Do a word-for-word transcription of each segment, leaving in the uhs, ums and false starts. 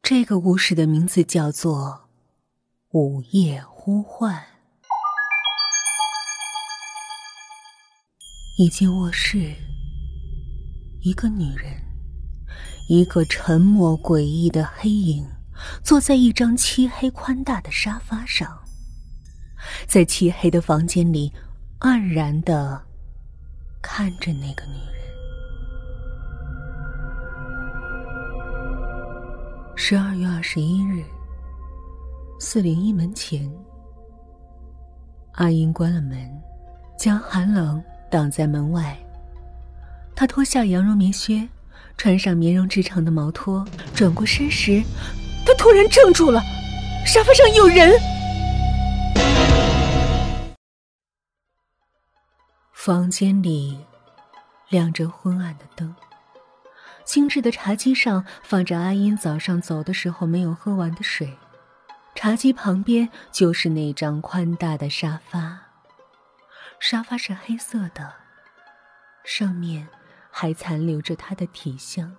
这个故事的名字叫做《午夜呼唤》。一间卧室，一个女人，一个沉默诡异的黑影，坐在一张漆黑宽大的沙发上，在漆黑的房间里黯然地看着那个女人。十二月二十一日，四零一门前，阿英关了门，将寒冷挡在门外。她脱下羊绒棉靴，穿上棉绒制成的毛拖，转过身时，她突然怔住了，沙发上有人。房间里亮着昏暗的灯，精致的茶几上放着阿英早上走的时候没有喝完的水，茶几旁边就是那张宽大的沙发，沙发是黑色的，上面还残留着她的体香。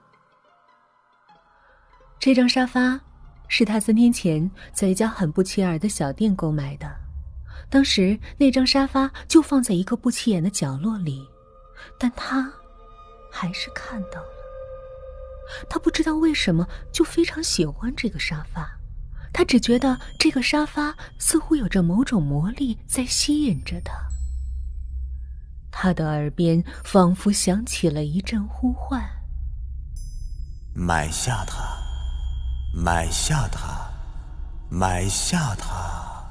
这张沙发是她三天前在一家很不起眼的小店购买的，当时那张沙发就放在一个不起眼的角落里，但她还是看到了。他不知道为什么就非常喜欢这个沙发，他只觉得这个沙发似乎有着某种魔力在吸引着他。他的耳边仿佛响起了一阵呼唤： 买下它，买下它，买下它。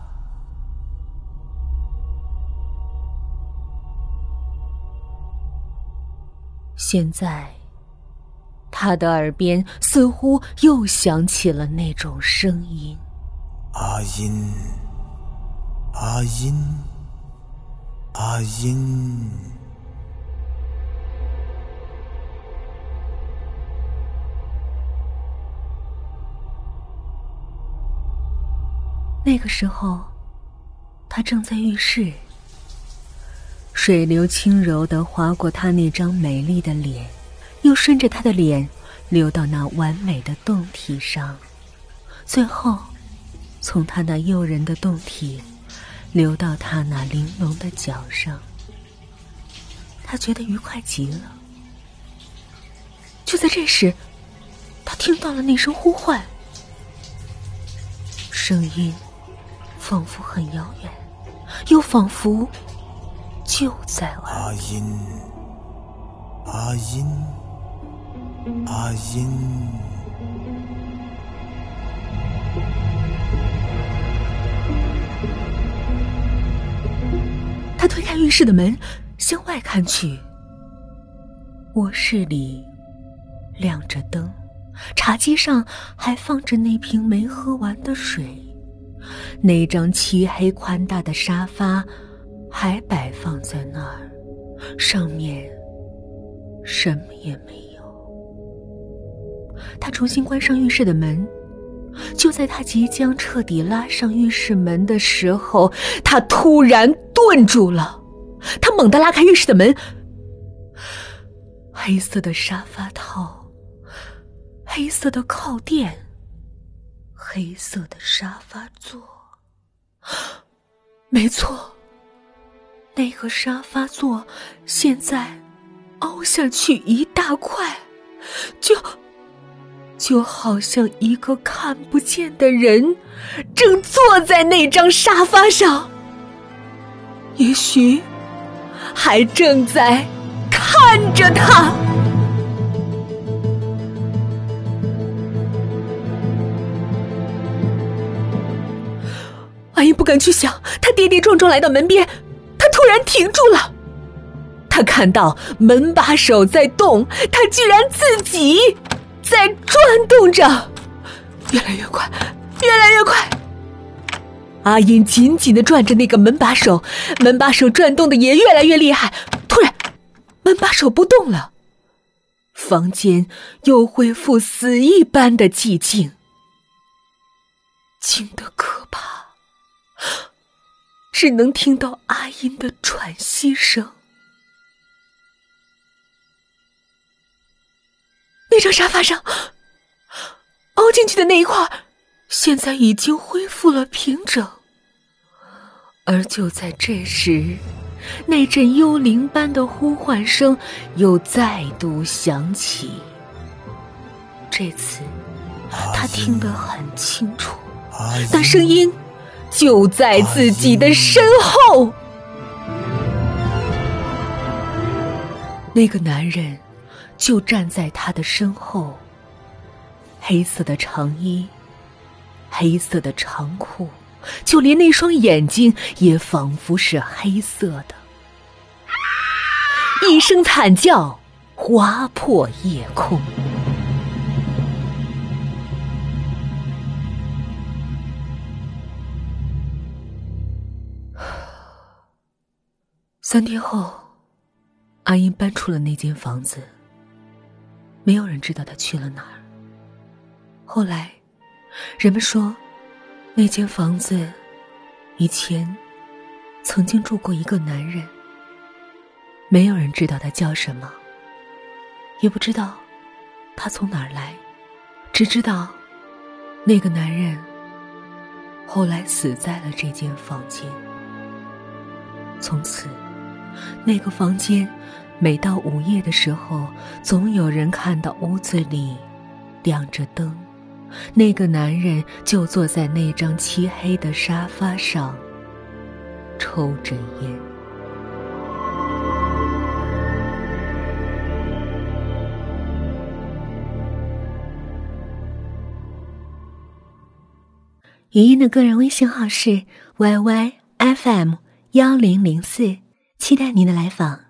现在他的耳边似乎又响起了那种声音： 阿英，阿英，阿英。 那个时候，他正在浴室，水流轻柔地划过他那张美丽的脸，又顺着他的脸流到那完美的胴体上，最后从他那诱人的胴体流到他那玲珑的脚上。他觉得愉快极了。就在这时，他听到了那声呼唤，声音仿佛很遥远，又仿佛就在耳边。 阿英，阿英，阿英。 他推开浴室的门，向外看去。卧室里亮着灯，茶几上还放着那瓶没喝完的水，那张漆黑宽大的沙发还摆放在那儿，上面什么也没有。他重新关上浴室的门，就在他即将彻底拉上浴室门的时候，他突然顿住了。他猛地拉开浴室的门，黑色的沙发套，黑色的靠垫，黑色的沙发座。没错，那个沙发座现在凹下去一大块，就就好像一个看不见的人正坐在那张沙发上，也许还正在看着他。阿英不敢去想，他跌跌撞撞来到门边，他突然停住了。他看到门把手在动，他居然自己在转动着，越来越快，越来越快。阿英紧紧地转着那个门把手，门把手转动的也越来越厉害。突然，门把手不动了，房间又恢复死一般的寂静，静得可怕，只能听到阿英的喘息声。那张沙发上凹进去的那一块现在已经恢复了平整。而就在这时，那阵幽灵般的呼唤声又再度响起。这次他听得很清楚，那声音就在自己的身后。那个男人就站在他的身后，黑色的长衣，黑色的长裤，就连那双眼睛也仿佛是黑色的。一声惨叫划破夜空。三天后，阿英搬出了那间房子，没有人知道她去了哪儿。后来，人们说，那间房子以前曾经住过一个男人，没有人知道他叫什么，也不知道他从哪儿来，只知道那个男人后来死在了这间房间。从此，那个房间每到午夜的时候，总有人看到屋子里亮着灯，那个男人就坐在那张漆黑的沙发上抽着烟。语音的个人微信号是 Y Y F M 一零零四，期待您的来访。